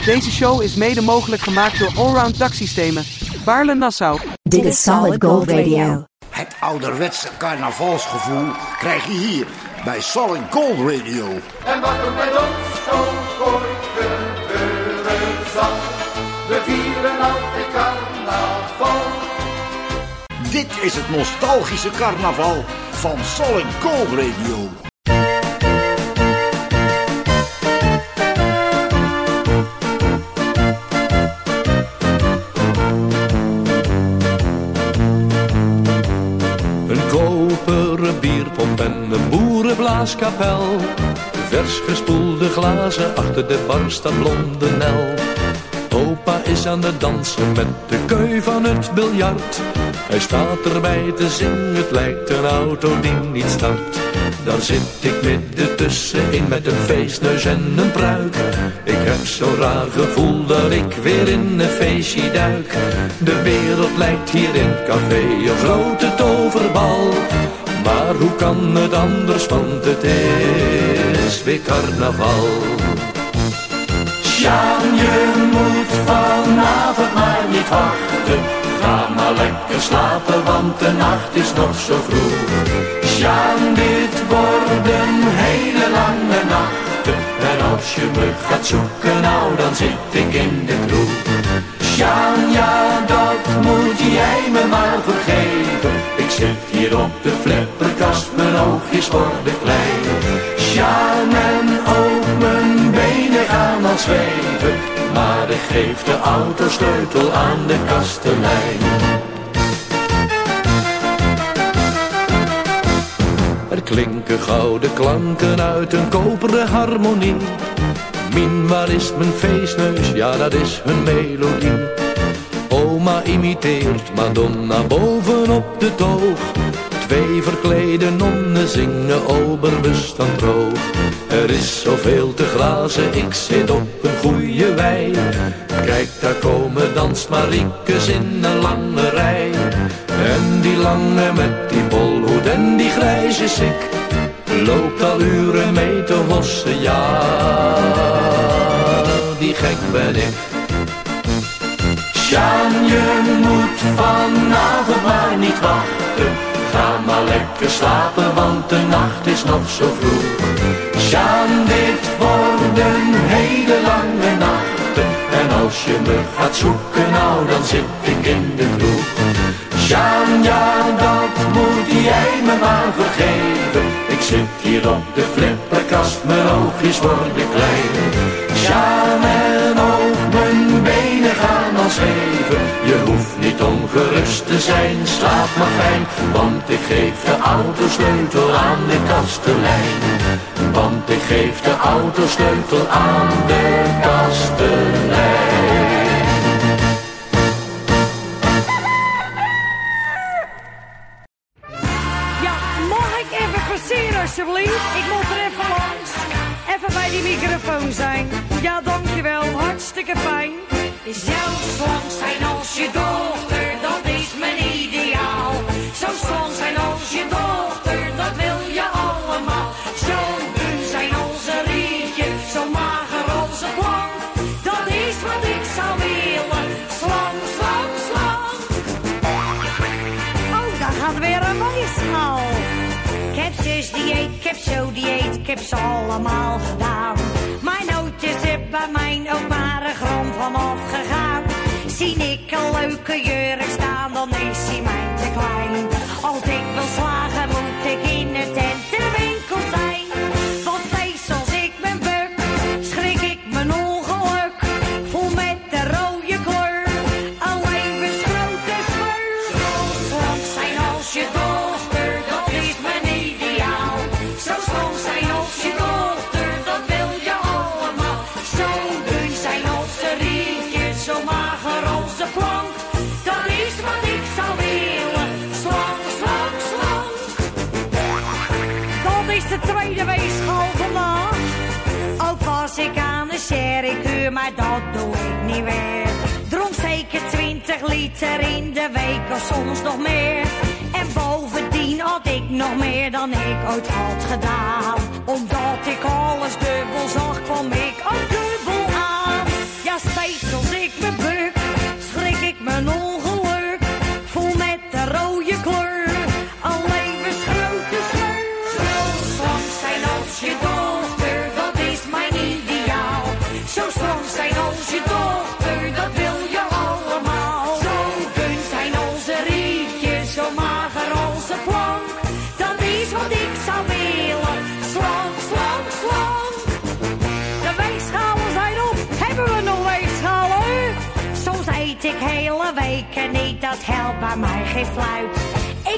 Deze show is mede mogelijk gemaakt door Allround Daksystemen, Baarle-Nassau. Dit is Solid Gold Radio. Het ouderwetse carnavalsgevoel krijg je hier bij Solid Gold Radio. En wat er met ons ook ooit gebeuren zal, we vieren altijd carnaval. Dit is het nostalgische carnaval van Solid Gold Radio. Een koperen bierpomp en een boerenblaaskapel. Vers gespoelde glazen, achter de bar staat blonde Nel. Opa is aan het dansen met de keu van het biljart. Hij staat erbij te zingen, het lijkt een auto die niet start. Daar zit ik midden tussenin met een feestneus en een pruik. Ik heb zo'n raar gevoel dat ik weer in een feestje duik. De wereld lijkt hier in het café een grote toverbal. Maar hoe kan het anders, want het is weer carnaval. Sjaan, je moet vanavond maar niet wachten. Ga maar lekker slapen, want de nacht is nog zo vroeg. Sjaan, dit worden hele lange nachten. En als je me gaat zoeken, nou dan zit ik in de kroeg. Sjaan, ja, dat moet jij me maar vergeven. Ik zit hier op de flipperkast, mijn oogjes worden klein. Sjaan, en ook mijn benen gaan al zweven. Maar ik geef de autosleutel aan de kastelein. Er klinken gouden klanken uit een koperen harmonie. Mien, waar is mijn feestneus? Ja, dat is hun melodie. Oma imiteert Madonna bovenop de toog. Twee verklede nonnen zingen oberbewust aan droog. Er is zoveel te glazen, ik zit op een goeie wei. Kijk, daar komen dansmariekes in een lange rij. En die lange met die bolhoed en die grijze sik loopt al uren mee te hossen, ja, die gek ben ik. Sjaan, je moet vanavond maar niet wachten. Ga maar lekker slapen, want de nacht is nog zo vroeg. Sjaan, dit worden hele lange nachten. En als je me gaat zoeken, nou dan zit ik in de kroeg. Sjaan, ja, dat moet jij me maar vergeven. Ik zit hier op de flipperkast, mijn oogjes worden klein. Sjaan, en ook mijn benen gaan al zweven. Je hoeft niet ongerust te zijn, slaap maar fijn. Want ik geef de autosleutel aan de kastelein. Want ik geef de autosleutel aan de kastelein. Alsjeblieft, ik moet er even langs. Even bij die microfoon zijn. Ja, dankjewel, hartstikke fijn. Zelf slank zijn als je dochter, dat is mijn ideaal. Zo slank zijn als je dochter, dat wil je allemaal. Zo dun zijn als een rietje, zo mager als een plank. Dat is wat ik zou willen. Slank, slank, slank. Oh, daar gaat weer een wijsmaal. Ik heb zus dieet, ik heb zo dieet, ik heb ze allemaal gedaan. Mijn nootjes heb bij mijn ook maar een gram vanaf gegaan. Zie ik een leuke jurk staan, dan is hij mij te klein. Als ik wil slagen, moet ik in een tentenwinkel zijn. Want steeds als ik ben buk, schrik ik mijn ongeluk. Vol met de rode kleur, een levensgrote sleur. Zo slank zijn als je dochter, dat is mijn ideaal. Zo slank zijn als je dochter, dat wil je allemaal. Zo dun zijn als een rietje, zo mager als een plank. Dat is wat ik zou willen. Slank, slank, slank. Dat is de tweede weegschaal vandaag. Ook was ik aan de sherrykuur, maar dat doe ik niet meer. Dronk zeker 20 liter in de week of soms nog meer. En bovendien had ik nog meer dan ik ooit had gedaan. Omdat ik alles dubbel zag, kwam ik ook dubbel aan. Ja, slank zijn als je dochter, dat wil je allemaal. Zo dun zijn als een rietje, zo mager als een plank. Dat is wat ik zou willen, slank, slank, slank. De weegschalen zijn op, hebben we nog weegschalen? Soms eet ik hele weken niet, dat helpt bij mij geen fluit. Ik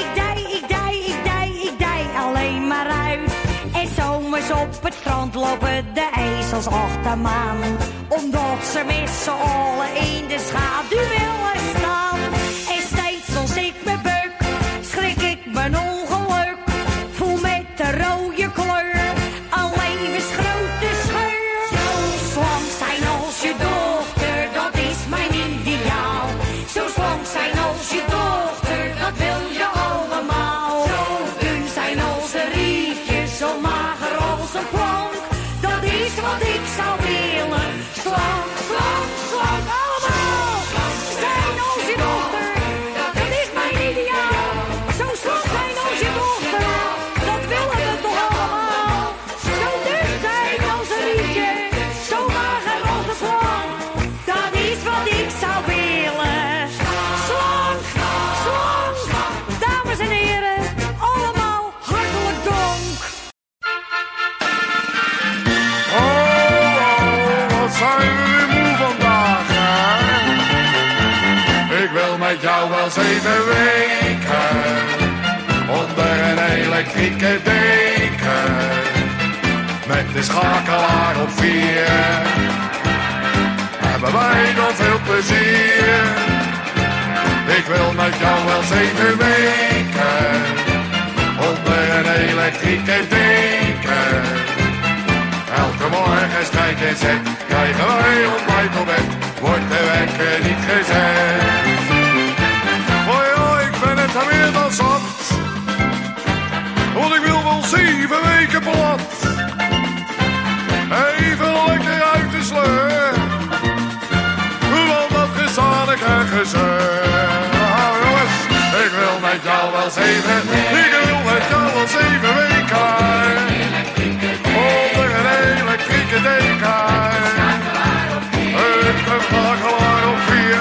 dij alleen maar uit. En zomers op het strand lopen de ezels achter me aan. Omdat ze met z'n allen in de schaduw willen staan. En steeds als ik me buk, schrik ik mijn ongeluk. Voel met de rode kleur een levensgrote scheur. Zo slank zijn als je dochter, dat is mijn ideaal. Zo slank zijn als je dochter, dat wil je allemaal. Zo dun zijn als een rietje, zo mager als een plank. Dat is wat ik zou willen. Slank, slank, slank, allemaal. Zijn als je dochter, dat is mijn ideaal. Zo slank zijn als je dochter, dat willen we toch allemaal. Zo dun zijn als een rietje, zo mager als een plank. Dat is wat ik zou willen. Slank, slank, dames en heren, allemaal hartelijk dank. Wat zijn we weer moe vandaag, hè? Ik wil met jou wel 7 weken onder een elektrieke deken, met de schakelaar op 4 hebben wij nog veel plezier. Ik wil met jou wel 7 weken onder een elektrieke deken. Elke morgen strijk en zet, krijgen wij ontbijt op bed, wordt de wekker niet gezet. Oh ja, ik ben het er weer dan zat, want ik wil wel 7 weken plat. Even lekker uit de sleur, want dat gezalig en gezeur. Nou jongens, ik wil met jou wel 7, ik wil met jou wel 7 weken. Onder een elektrieke deken, het schakelaar op 4.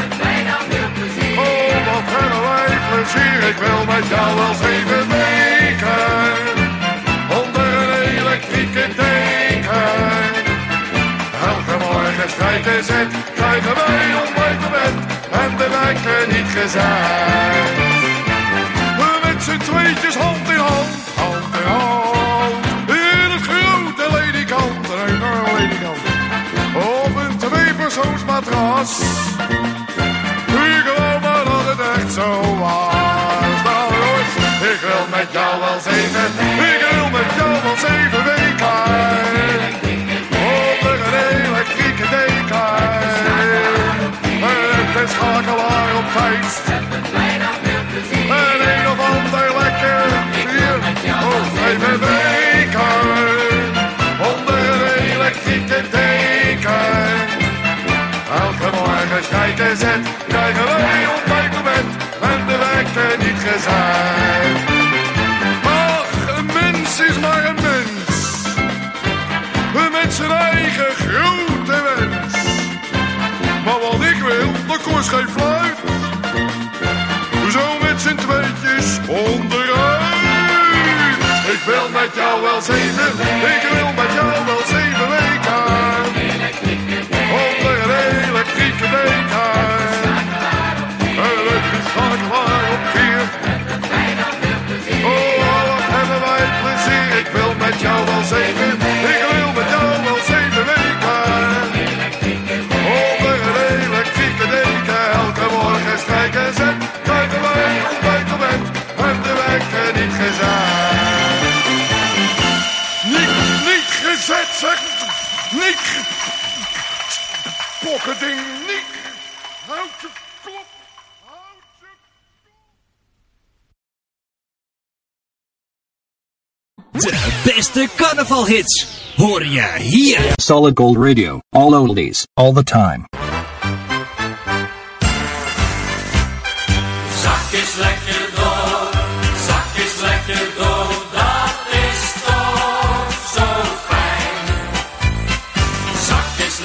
Oh, wat hebben wij plezier. Ik wil met jou wel 7 weken onder een elektrieke deken. Elke morgen strijk en zet, krijgen wij ontbijt op bed en de wekker niet gezet. We met z'n tweetjes hand in hand, hand in hand. In het grote ledikant, een enorme ledikant. Op een 2-persoonsmatras. Ik geloof maar dat het echt zo was. Nou jongens, ik wil met jou wel 7. Ik wil met jou wel 7 weken. Onder een elektrieke deken. Met de schakelaar op 5. En een of ander lekker 4 of 7 weken. Onder een elektrieke deken. Elke morgen strijk en zet, krijgen wij ontbijt op bed en de wekker niet gezet. Ach, een mens is maar een mens, met zijn eigen grote wens. Maar wat ik wil, dat kost geen fluit. Zo met z'n tweetjes onderuit. Ik wil met jou wel 7, ik wil met jou wel 7 weken. Onder een elektrieke deken. Het schakelaar op 4. Oh, wat hebben wij plezier. Ik wil met jou wel 7. Ik wil met jou wel 7 weken. Onder een elektrieke deken. Elke morgen strijk en zet. Krijgen wij ontbijt op bed. En de wekker niet gezet. Niet gezet, zeg. Niet pokkending, niet. Houd je kop. Houd je kop. De beste carnavalhits hoor je hier. Solid Gold Radio. All oldies. All the time. Zak is lekker door, zak is lekker door, dat is toch zo fijn. Zak is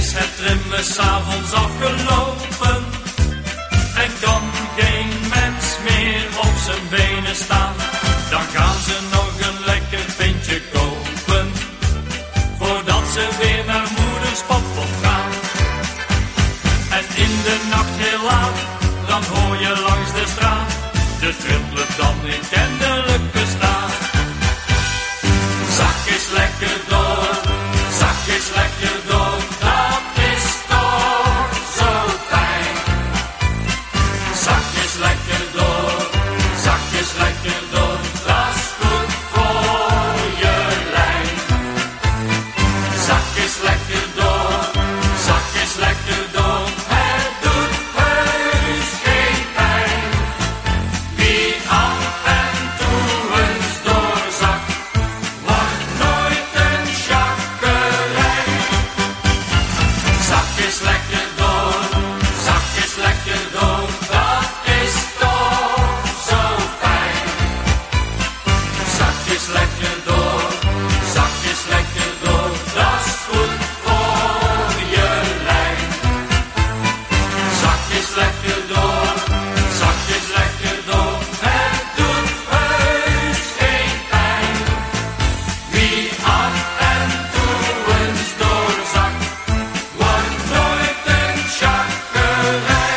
is het trimmen 's avonds afgelopen en kan geen mens meer op zijn benen staan. Dan gaan ze nog een lekker pintje kopen, voordat ze weer naar moeders pappot gaan. En in de nacht heel laat, dan hoor je langs de straat de trippelen dan in kennelijke staat. Zak is lekker door, zak is lekker door, dat is toch zo fijn. Zak is lekker door, zak is lekker door, dat is goed voor je lijn. Zak is lekker door, zak is lekker door, het doet heus geen pijn. Wie af en toe eens doorzakt, wordt nooit een chakkerij. Zak is lekker door, zak is lekker door, dat is toch zo fijn. Zak is lekker door, zak is lekker door, dat is goed voor je lijn. Zak is lekker door, zak is lekker door, het doet heus geen pijn. Wie af en toe eens doorzakt, wordt nooit een chakkerij.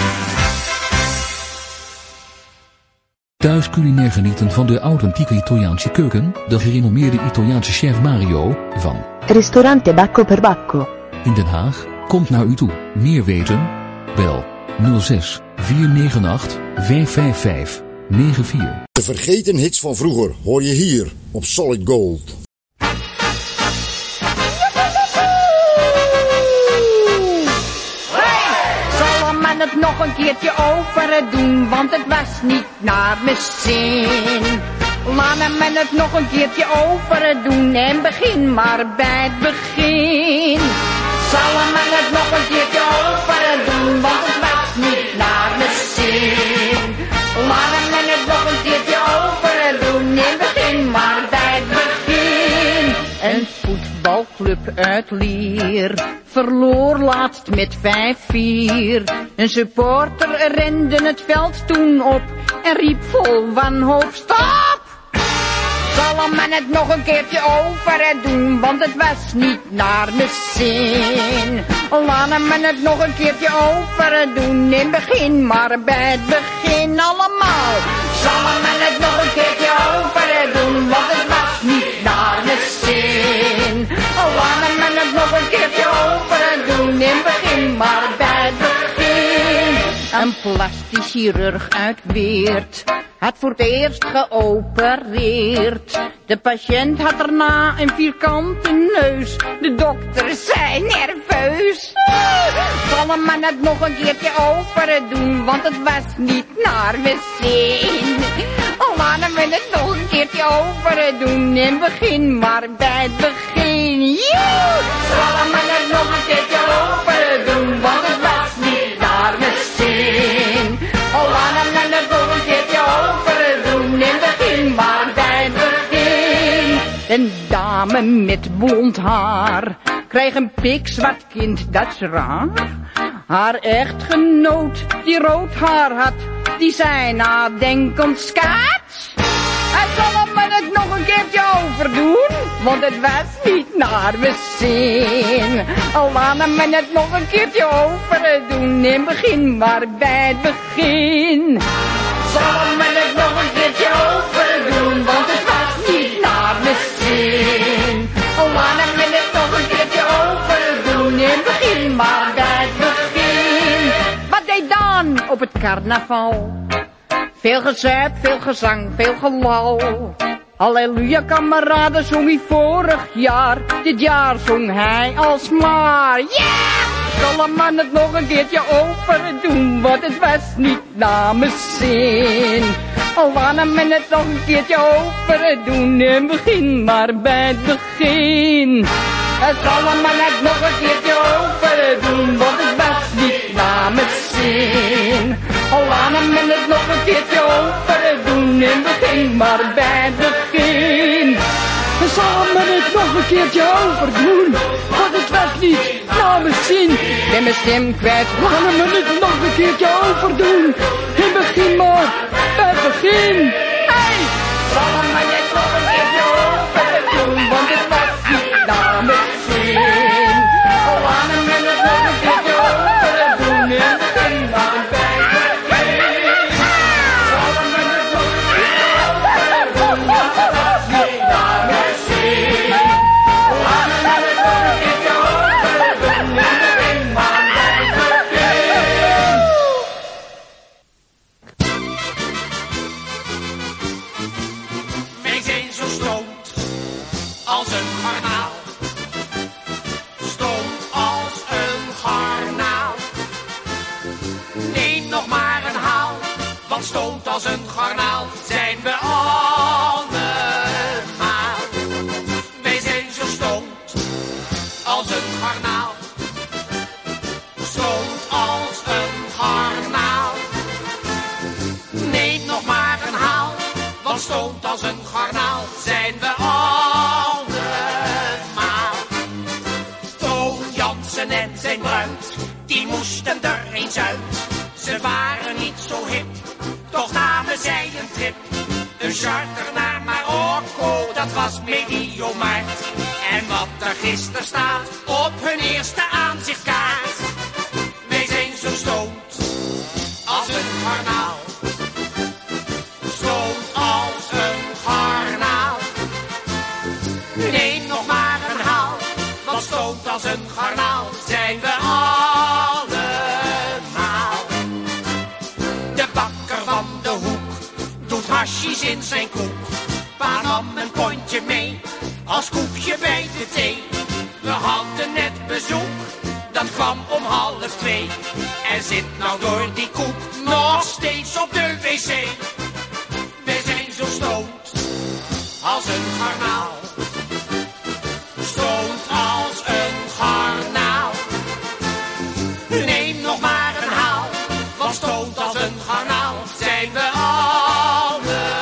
Thuis culinair genieten van de authentieke Italiaanse keuken, de gerenommeerde Italiaanse chef Mario van Ristorante Bacco per Bacco. in Den Haag komt naar u toe. Meer weten? Bel 06 498 555 94. De vergeten hits van vroeger hoor je hier op Solid Gold. Zal men het nog een keertje over doen, want het was niet naar mijn zin. Laat men het nog een keertje over doen en begin maar bij het begin. Zal men het nog een keertje over doen, want het was niet naar mijn zin. Laat men het nog een keertje over doen en begin maar bij het begin. Een voetbalclub uit Lier verloor laatst met 5-4. Een supporter rende het veld toen op en riep vol wanhoop: stop! Zal men het nog een keertje over doen, want het was niet naar mijn zin. Laat men het nog een keertje over doen en begin maar bij het begin allemaal. Zal men het nog een keertje over doen, want het was niet naar mijn zin. Laat men het nog een keertje over doen en begin maar bij het begin. Een plastisch chirurg uit Weert had voor het eerst geopereerd. De patiënt had daarna een vierkante neus. De dokter zei nerveus: zal men het nog een keertje over doen, want het was niet naar mijn zin. Laten we het nog een keertje over doen en begin maar bij het begin. Zal men het nog een keertje over doen, want het was niet naar mijn zin. Laten we het nog een keertje over doen en begin maar bij het begin. Een dame met blond haar kreeg een pikzwart kind, dat is raar. Haar echtgenoot die rood haar had, die zei nadenkend: skat, zal men het nog een keertje overdoen, want het was niet naar mijn zin. Laten we het nog een keertje overdoen en begin maar bij het begin. Zal men het nog een keertje overdoen, want het was niet naar mijn zin. Laten we het nog een keertje overdoen en begin maar bij het begin. Wat deed Dan op het carnaval? Veel gezuip, veel gezang, veel gelal. Halleluja kameraden zong hij vorig jaar. Dit jaar zong hij alsmaar. Yeah! Zal men het nog een keertje overdoen, want het was niet naar mijn zin. Laten we het nog een keertje overdoen en begin maar bij het begin. Zal men het nog een keertje overdoen, want het was niet naar mijn zin. Laten we het nog een keertje overdoen en begin maar bij het begin. Zal men het nog een keertje overdoen, want het was niet naar mijn ben mijn stem kwijt. We gaan hem niet nog een keertje overdoen. En begin maar bij het begin. Hey! We gaan hem maar net nog een keertje overdoen, want het was niet naar mijn zin. We gaan hem maar net nog een keertje overdoen en begin maar bij het begin. We gaan hem maar net nog een keertje overdoen, want het was niet naar mijn zin. We gaan hem maar net nog een keertje overdoen en begin maar bij het begin. Wij zijn zo stoot als een garnaal. Stoot als een garnaal. Neem nog maar een haal, want stoot als een garnaal zijn we allemaal. Wij zijn zo stoot als een garnaal. Stoot als een garnaal. Neem nog maar een haal, want stoot als een garnaal zijn we allemaal. Toon Jansen en zijn bruid, die moesten er eens uit. Ze waren niet zo hip, toch namen zij een trip. Een charter naar Marokko, dat was medio maart. En wat er gisteren staat op hun eerste aanzichtkaart. Wij zijn zo stoot als een garnaal. Stoot als een garnaal. Neem nog maar een haal, want stoot als een garnaal zijn we allemaal. De bakker van de hoek doet hashies in zijn koek. Pa nam een pondje mee als koekje bij de thee. We hadden net bezoek, dat kwam om 1:30. En zit nou door die koek nog steeds op de wc. Wij zijn zo stoot als een garnaal. Stoot als een garnaal. Neem nog maar een haal, want stoot als een garnaal zijn we allemaal.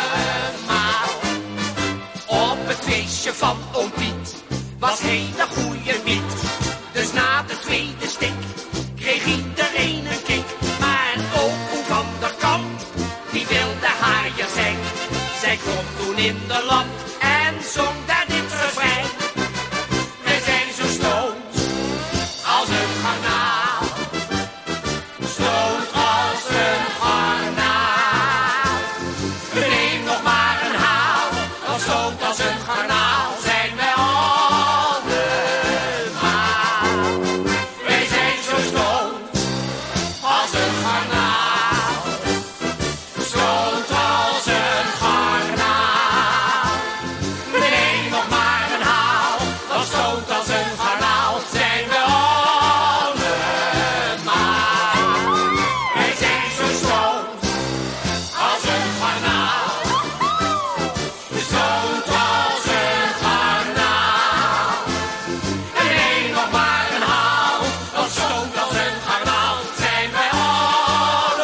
Op het feestje van oom Piet was hele goeie miet. Dus na de tweede stik kreeg iedereen een kick. Maar ook Koen van der Kamp, die wilde haaier zijn. Zij klom toen in de lamp en zong daar dit refrein. Wij zijn zo stoot als een garnaal. Stoot als een garnaal. Neem nog maar een haal, want stoot als een garnaal zijn wij allemaal. Wij zijn zo stoot als een garnaal. Stoot als een garnaal. Neem nog maar een haal, want stoot als een garnaal zijn we allemaal. Wij zijn zo stoot als een garnaal. Stoot als een garnaal. Neem nog maar een haal, want stoot als een garnaal zijn wij allemaal.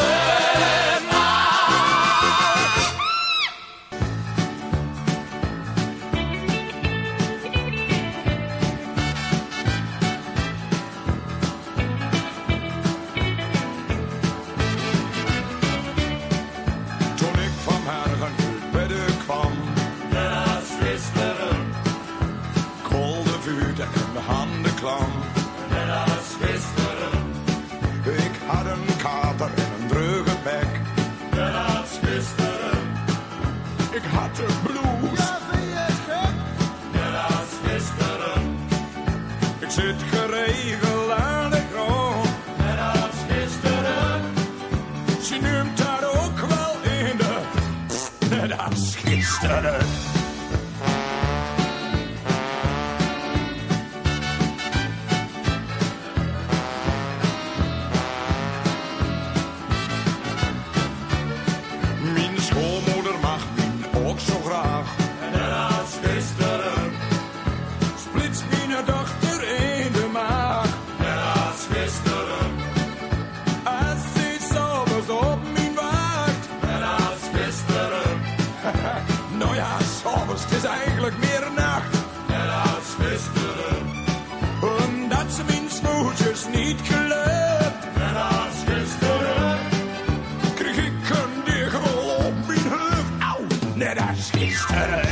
Toen ik vanmorgen uit bedden kwam, Net als gisteren, koolde vuur en in de handen klam. net als gisteren, Ik had een kater en een druge bek. net als gisteren, Ik had de blues. net als gisteren, Ik zit geregeld aan de grond. net als gisteren, Ze neemt dat ook wel in de... Net als gisteren. Mijn schoonmoeder mag mij ook zo graag. net als gisteren, Splits mijn dochter in de maag. net als gisteren, Als ze s'avonds op mijn wacht. net als gisteren, Nou ja, s'avonds, het is eigenlijk meer nacht. net als gisteren, Omdat ze mijn smoel cadeautjes niet gelukt. Net als gisteren kreeg ik een deegrol op mijn rug. Auw, net als gisteren.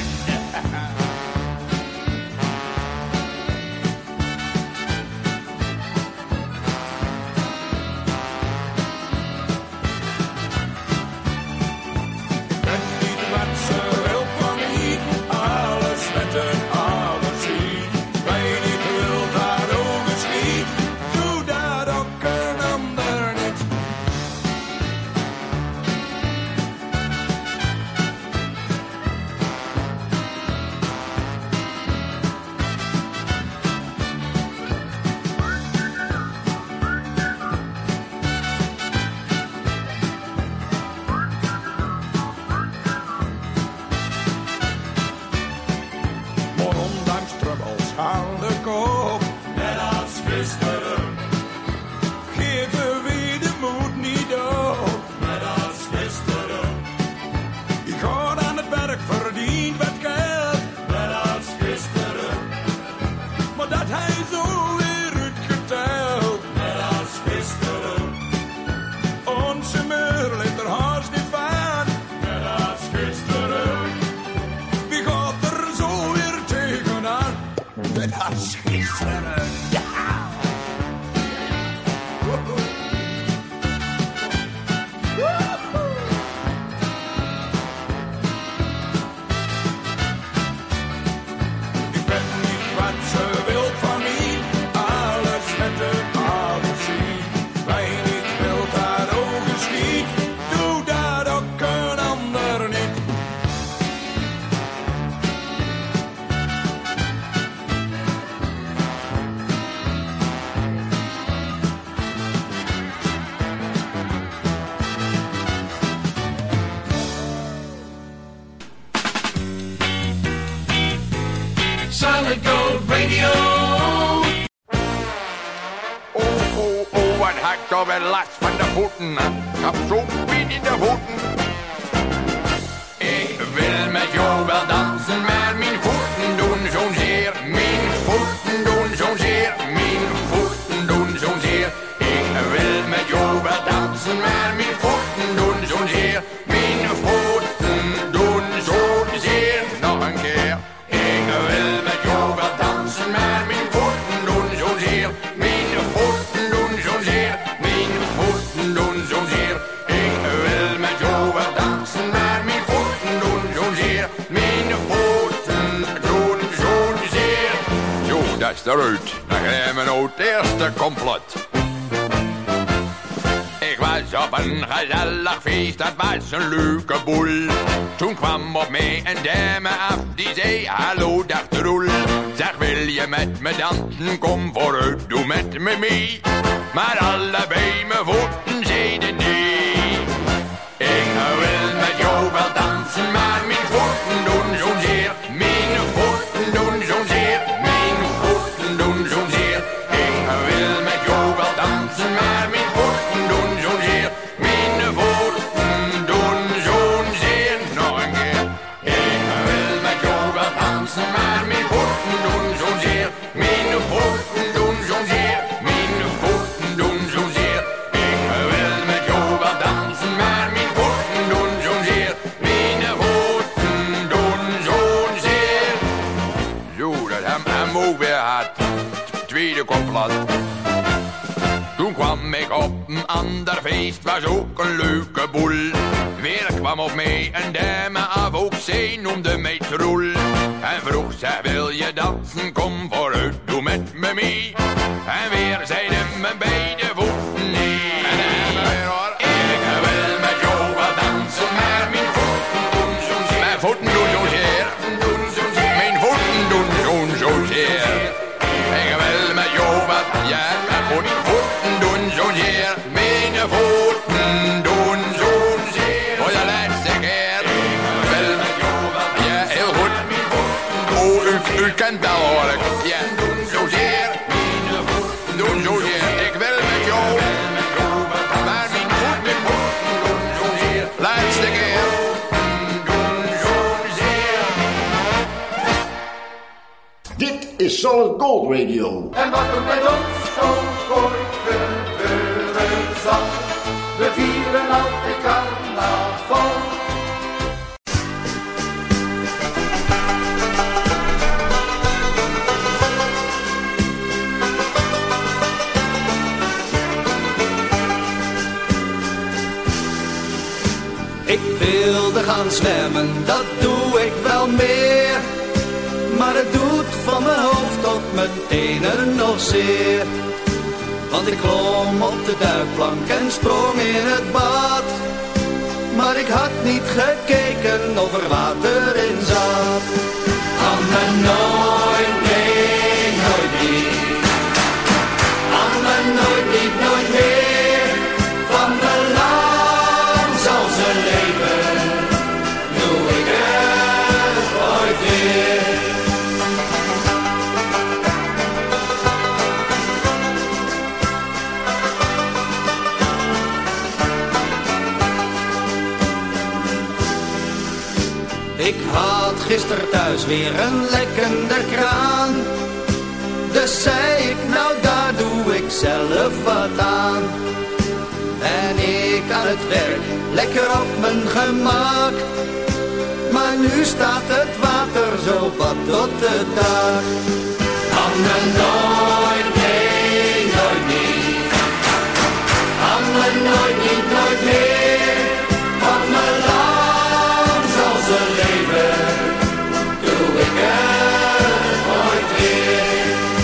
Solid Gold Radio. Wat had ik toch wel last van de voeten. Ik heb zo'n pijn in de voeten. Ik wil met jou wel dansen, maar mijn voeten doen zozeer. Mijn voeten doen zozeer. Mijn voeten doen zozeer. Ik wil met jou wel dansen, maar mijn voeten doen zozeer. Mijn voeten doen zozeer. Nog een keer. Ik wil met jou wel dansen, maar mijn voeten doen zozeer. Mijn voeten doen zozeer. Mijn voeten doen zozeer. Ik wil met jou wel dansen, maar mijn voeten doen zozeer. Mijn voeten doen zozeer. Zo, dat is eruit. Dan gaan we nou het eerste complot. Ik was op een gezellig feest, dat was een leuke boel. Toen kwam op mij een dame af, die zei, hallo dag troel. Zeg, wil je met me dansen, kom vooruit, doe met me mee. Maar allebei mijn voeten zeiden nee. Ik wil met jou wel dansen, maar mijn voeten doen zozeer. Mijn voeten doen zozeer. Mijn voeten doen zozeer. Ik wil met jou wel dansen, maar mijn voeten doen zozeer. Mijn voeten doen zozeer. Nog een keer. Ik wil met jou wel dansen, maar mijn voeten doen zozeer. Mijn voeten doen zozeer. Mijn voeten doen zozeer. Ik wil met jou wel dansen, maar mijn voeten doen zozeer. Mijn voeten doen zozeer. Zo, dat hebben we ook weer gehad. Tweede complot. Toen kwam ik op een ander feest, was ook een leuke boel. Weer kwam op mij een dame af, ook zij noemde mij Troel. En vroeg, zij wil je dansen, kom vooruit, doe met me mee. En weer zeiden mijn beide voeten nee. En dan weer hoor, ik wil met jou wel dansen, maar mijn voeten doen zozeer. Mijn voeten doen zozeer. Mijn voeten doen zozeer. Ik wil met jou wat, ja, mijn voeten doen zozeer. Mijn voeten doen zozeer. Voor de laatste keer. Ik wil met jou wat, ja, heel goed. Oh, u kent dat hoor ik. Ja, doen zozeer. Mijn voeten doen zozeer. Ik wil met jou, maar mijn voeten doen zozeer. Laatste keer. Dit is Solid Gold Radio. En wat doet met ons zo gaan zwemmen, dat doe ik wel meer. Maar het doet van mijn hoofd tot mijn tenen nog zeer. Want ik klom op de duikplank en sprong in het bad. Maar ik had niet gekeken of er water in zat. Anne, nooit, nee, nooit niet. Anne, nooit niet, nooit meer. Van mijn lang zal ze leven, doe ik het ooit weer. Ik had gisteren thuis weer een lekkende kraan. Dus zei ik, nou daar doe ik zelf wat aan. En ik aan het werk, lekker op mijn gemak. Maar nu staat het water zo wat tot de dak. Anne, nooit, nee, nooit niet. Anne, nooit niet, nooit meer. Van mijn lang zal ze leven, doe ik het ooit weer.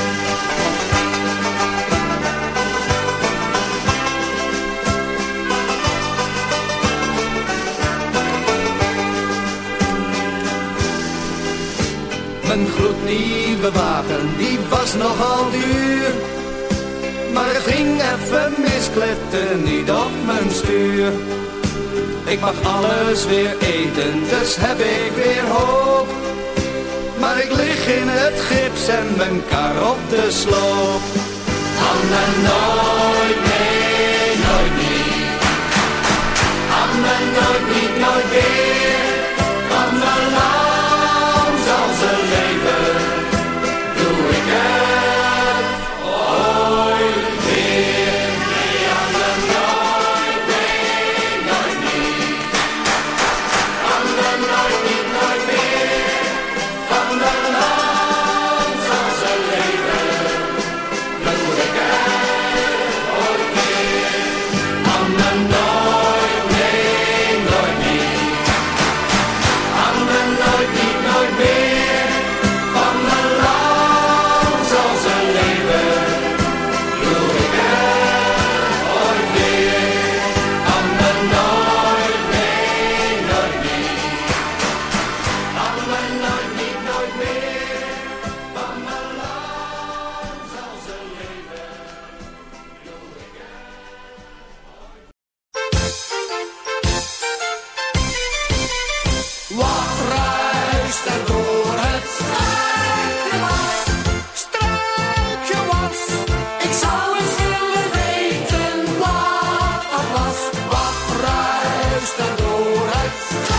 Mijn gloednieuwe wagen, die was nogal duur. Maar het ging even mis, klette niet op mijn stuur. Ik mag alles weer eten, dus heb ik weer hoop. Maar ik lig in het gips en mijn kar op de sloop. Anne, nooit, nee, nooit niet. Anne, nooit niet, nooit weer. Van mijn lang zal ze leven, doe ik het ooit weer. Nee, Anne, nooit, nee, nooit niet. Anne, nooit niet, nooit meer. Van mijn lang zal ze leven, doe ik het ooit weer. Anne, nooit, nee, nooit niet. Anne, nooit niet, nooit meer. Van mijn lang zal ze leven, doe ik het ooit weer. Anne, nooit, nee, nooit niet. Anne, nooit niet, nooit meer. Van mijn lang zal ze leven, doe ik het. Wat ruist er door het struikgewas? Ik zou eens willen weten wat dat was. Wat ruist er door het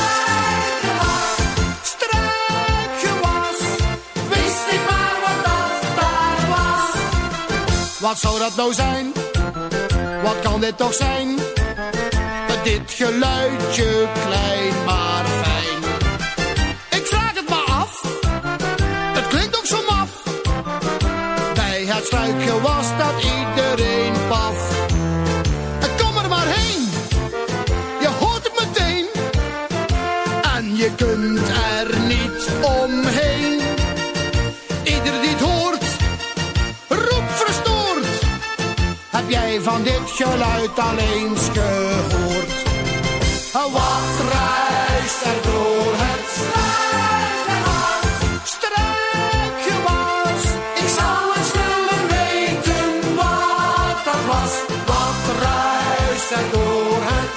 struikgewas? Wist ik maar wat dat daar was. Wat zou dat nou zijn? Wat kan dit toch zijn? Dit geluidje klein maar fijn. Ik vraag het maar af. Het klinkt ook zo maf. Bij het struikgewas dat iedereen paf. Kom er maar heen. Je hoort het meteen. En je kunt er niet omheen. Ieder die het hoort, roept verstoord. Heb jij van dit geluid al eens gehoord? Wat ruist er door het struikgewas? Ik zou eens willen weten wat dat was. Wat ruist er door het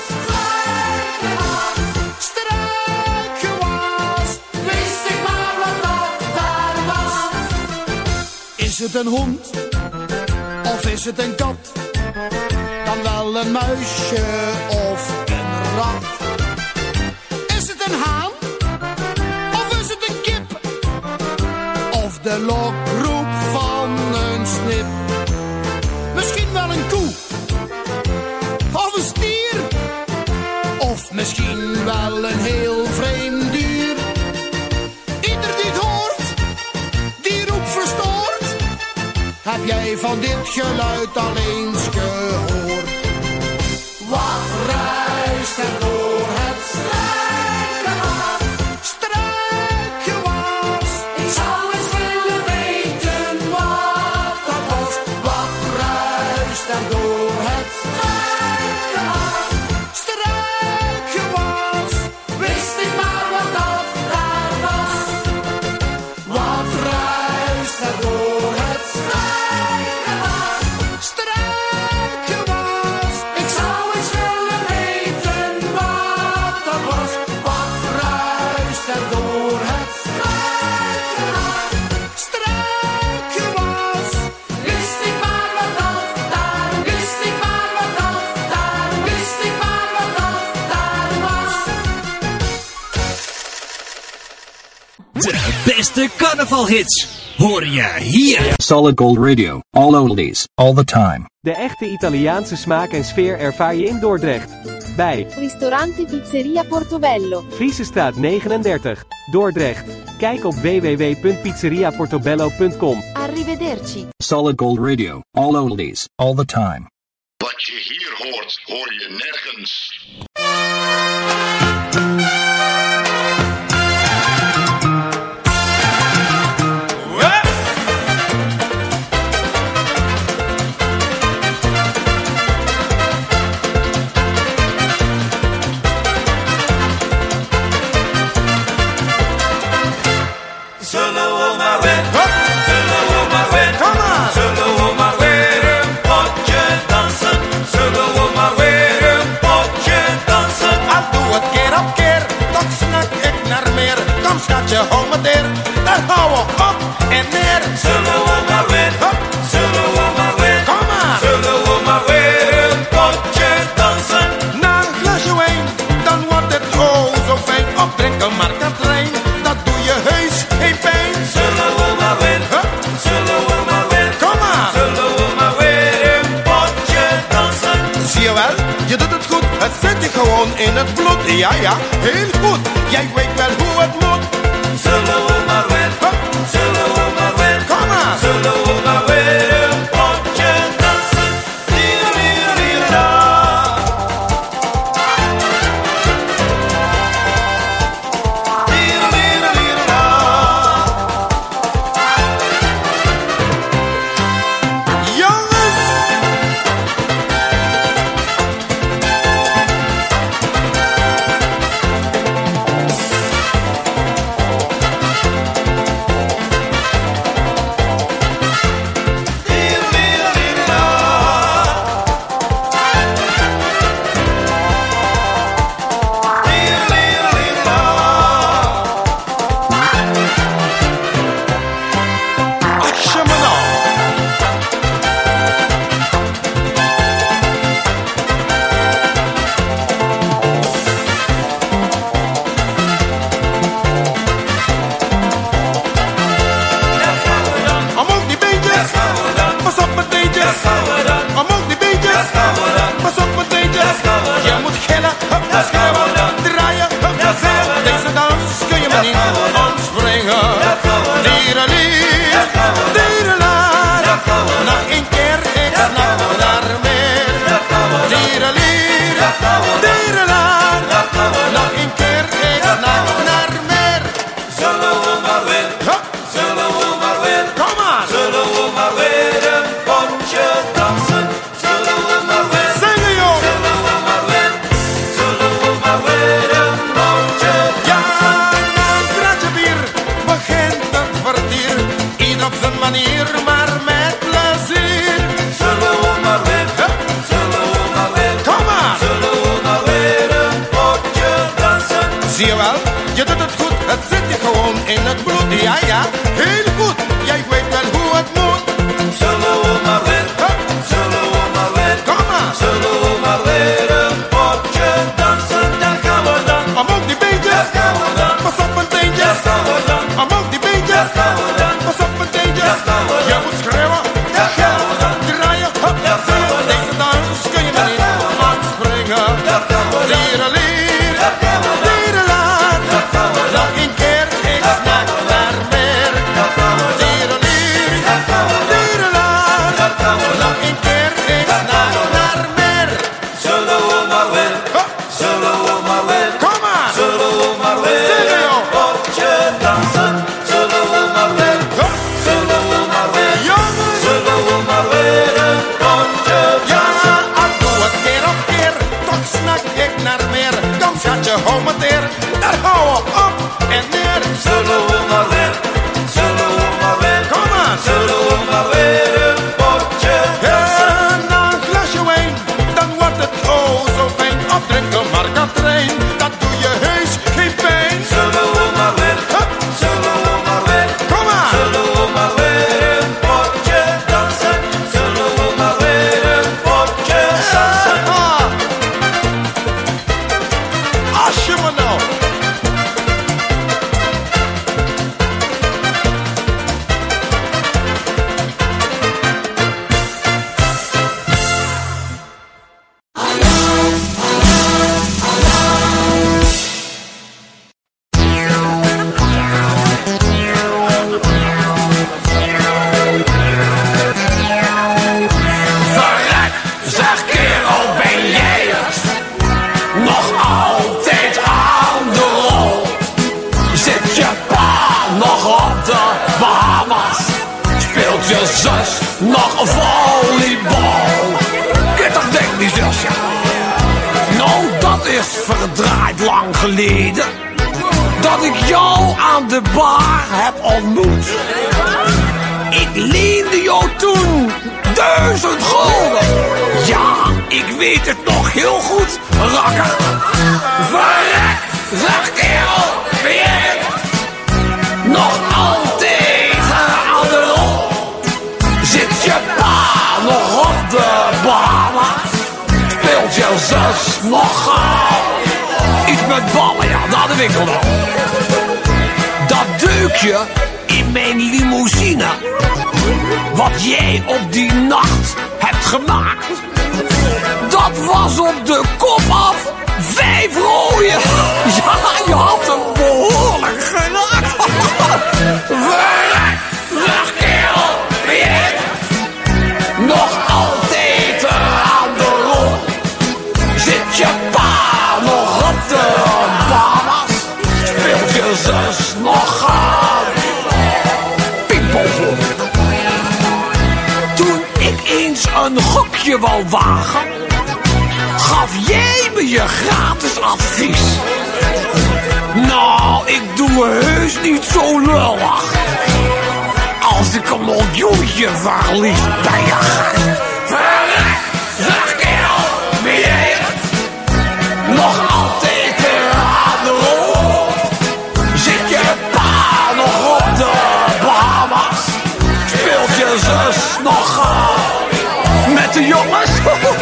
struikgewas? Wist ik maar wat dat daar was. Is het een hond? Of is het een kat? Dan wel een muisje of een rat. Is het een haan? Of is het een kip? Of de lokroep van een snip? Misschien wel een koe. Of een stier. Of misschien wel een heel vreemd dier. Ieder die het hoort, die roept verstoord. Heb jij van dit geluid al eens gehoord? Wat ruist er door het struikgewas? beste carnavalhits hoor je hier. Solid Gold Radio. All oldies. All the time. De echte Italiaanse smaak en sfeer ervaar je in Dordrecht. Bij Ristorante Pizzeria Portobello. Vriesestraat 39, Dordrecht. Kijk op www.pizzeriaportobello.com. Arrivederci. Solid Gold Radio. All oldies. All the time. Wat je hier hoort, hoor je nergens. Zullen we maar weer, zullen we maar weer, zullen we maar weer een potje dansen, zullen we maar weer een potje dansen. Al doe het keer op keer, toch snak ik naar meer. Kom schatje, hou me neer, daar hou we op en neer. Zullen we maar weer, zullen we maar weer, kom maar. Zullen we maar weer een potje dansen. Na een glasje wijn, dan wordt het oh zo fijn. Opdrinken maar Katrijn, dat doe je heus geen pijn. Zullen we maar weer, zullen we maar weer, kom maar. Zullen we maar weer een potje dansen. Zie je wel, je doet het goed, het zit je gewoon in het bloed. Ja, ja, heel goed, jij weet wel hoe het moet. Zullen we maar weer, zullen we maar weer, kom maar. Zullen we maar weer een potje dansen. Lira-lira-lira-da. Lira-lira-lira-da. Jongens! In het bloed, ja ja, heel goed, jij weet wel hoe het moet. Zullen we maar weer, zullen we maar weer, kom maar. Zullen we maar weer een potje dansen, daar gaan we dan. Omhoog die beentjes, daar gaan we dan. Pas op mijn teentjes, daar gaan we dan. Omhoog die beentjes, daar gaan we dan. Pas op mijn teentjes, daar gaan we dan. Je moet schreeuwen, daar gaan we dan. Draaien, hop, daar gaan we dan. Deze dans kun je maar niet aanspringen. Daar gaan we dan. Lierelier, daar gaan we dan. lierelaar, daar gaan we dan. nog een keer, ik snak naar meer. Daar gaan nog volleybal. Kijk toch denk die zusje. Nou, dat is verdraaid lang geleden dat ik jou aan de bar heb ontmoet. Ik leende jou toen 1000 gulden. Ja, ik weet het nog heel goed, rakker. Verrek, zeg kerel, ben jij nog altijd aan de rol? Zit je pa nog op de bar? Speelt je zus nog iets met ballen? Ja, dat weet ik wel. Dat deukje in mijn limousine, wat jij op die nacht hebt gemaakt, dat was op de kop af 5 rooien. Ja, je had hem behoorlijk geraakt. Verrek, zeg kerel, ben jij nog altijd aan de rol? Zit je pa nog op de Bahamas? Speelt je zus nog pingpong? Toen ik eens een gokje wou wagen, gaf jij me je gratis advies. Nou, ik doe heus niet zo lullig als ik een miljoentje verlies bij je gek. Verrek, zeg kerel, ben jij nog altijd aan de rol? Zit je pa nog op de Bahamas? Speelt je zus nog met de jongens?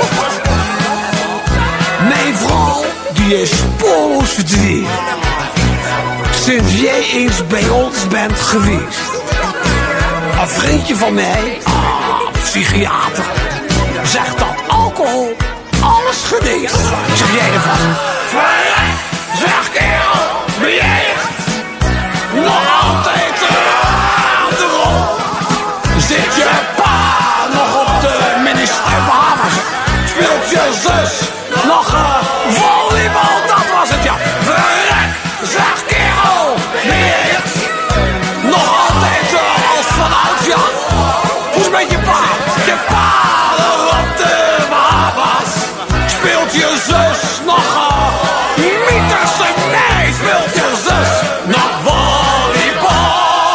Mijn vrouw, die is spoorloos verdwenen sinds jij eens bij ons bent geweest. Een vriendje van mij, psychiater, zegt dat alcohol alles geneest. Zeg jij ervan? Verrek, zeg kerel, ben jij nog altijd aan de rol? Zit je pa nog op de minister Bahamas? Speelt je zus nog volleybal? Dat was het, ja. Verrek, zeg kerel, ben jij nog altijd als vanouds, ja? Hoe is het met je pa? Je pa op de Bahamas. Speelt je zus nog Mieterse? Nee, speelt je zus nog volleybal?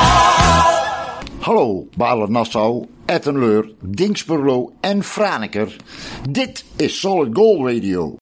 Hallo, Balen-Nassau, Ettenleur, Dingsperlo en Franeker. Dit is Solid Gold Radio.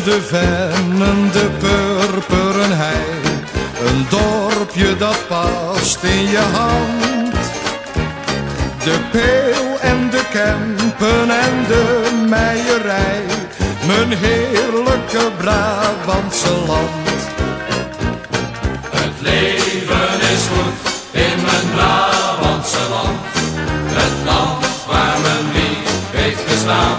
de vennen, de purperen hei. Een dorpje dat past in je hand. De Peel en de Kempen en de Meijerij. Mijn heerlijke Brabantse land. Het leven is goed in mijn Brabantse land. Het land waar mijn lief heeft gestaan.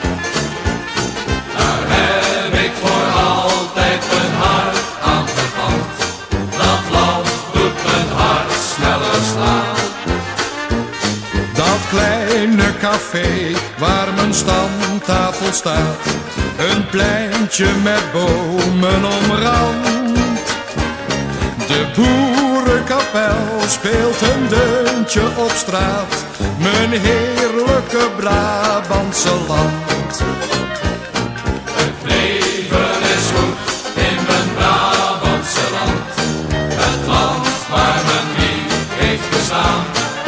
Daar heb ik voor altijd mijn hart aan verpand. Dat land doet mijn hart sneller slaan. Dat kleine café waar mijn stamtafel staat. Een pleintje met bomen omrand. De boerenkapel speelt een deuntje op straat. Mijn heerlijke Brabantse land. Het leven is goed in mijn Brabantse land. Het land waar mijn lief heeft gestaan.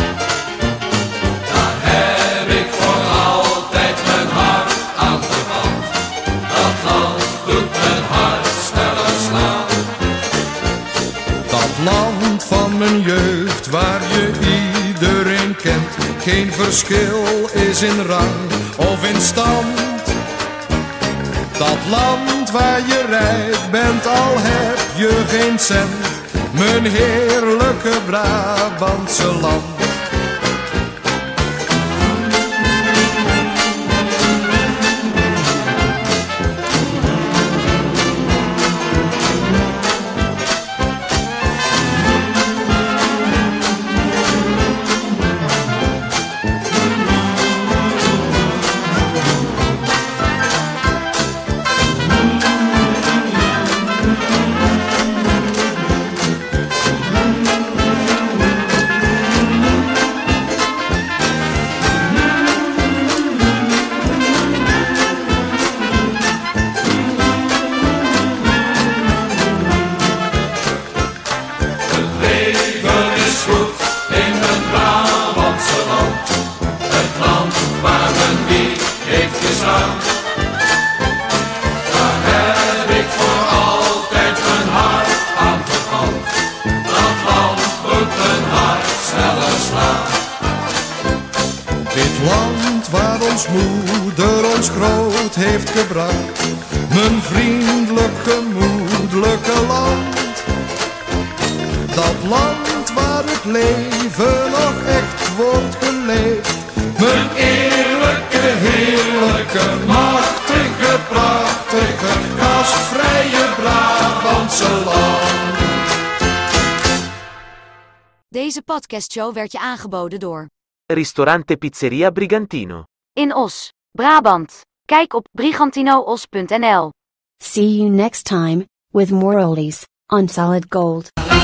Daar heb ik voor altijd mijn hart aan verpand. Dat land doet mijn hart sneller slaan. Dat land van mijn jeugd waar je iedereen kent. Geen verschil is in rang of in stand. Dat land waar je rijk bent al heb je geen cent. Mijn heerlijke Brabantse land. Moeder ons groot heeft gebracht, mijn vriendelijk gemoedelijke land. Dat land waar het leven nog echt wordt geleefd. Mijn eerlijke, heerlijke, machtige, prachtige, gastvrije Brabantse land. Deze podcastshow werd je aangeboden door Ristorante Pizzeria Brigantino in Os, Brabant. Kijk op brigantinoos.nl. See you next time, with more oldies, on Solid Gold.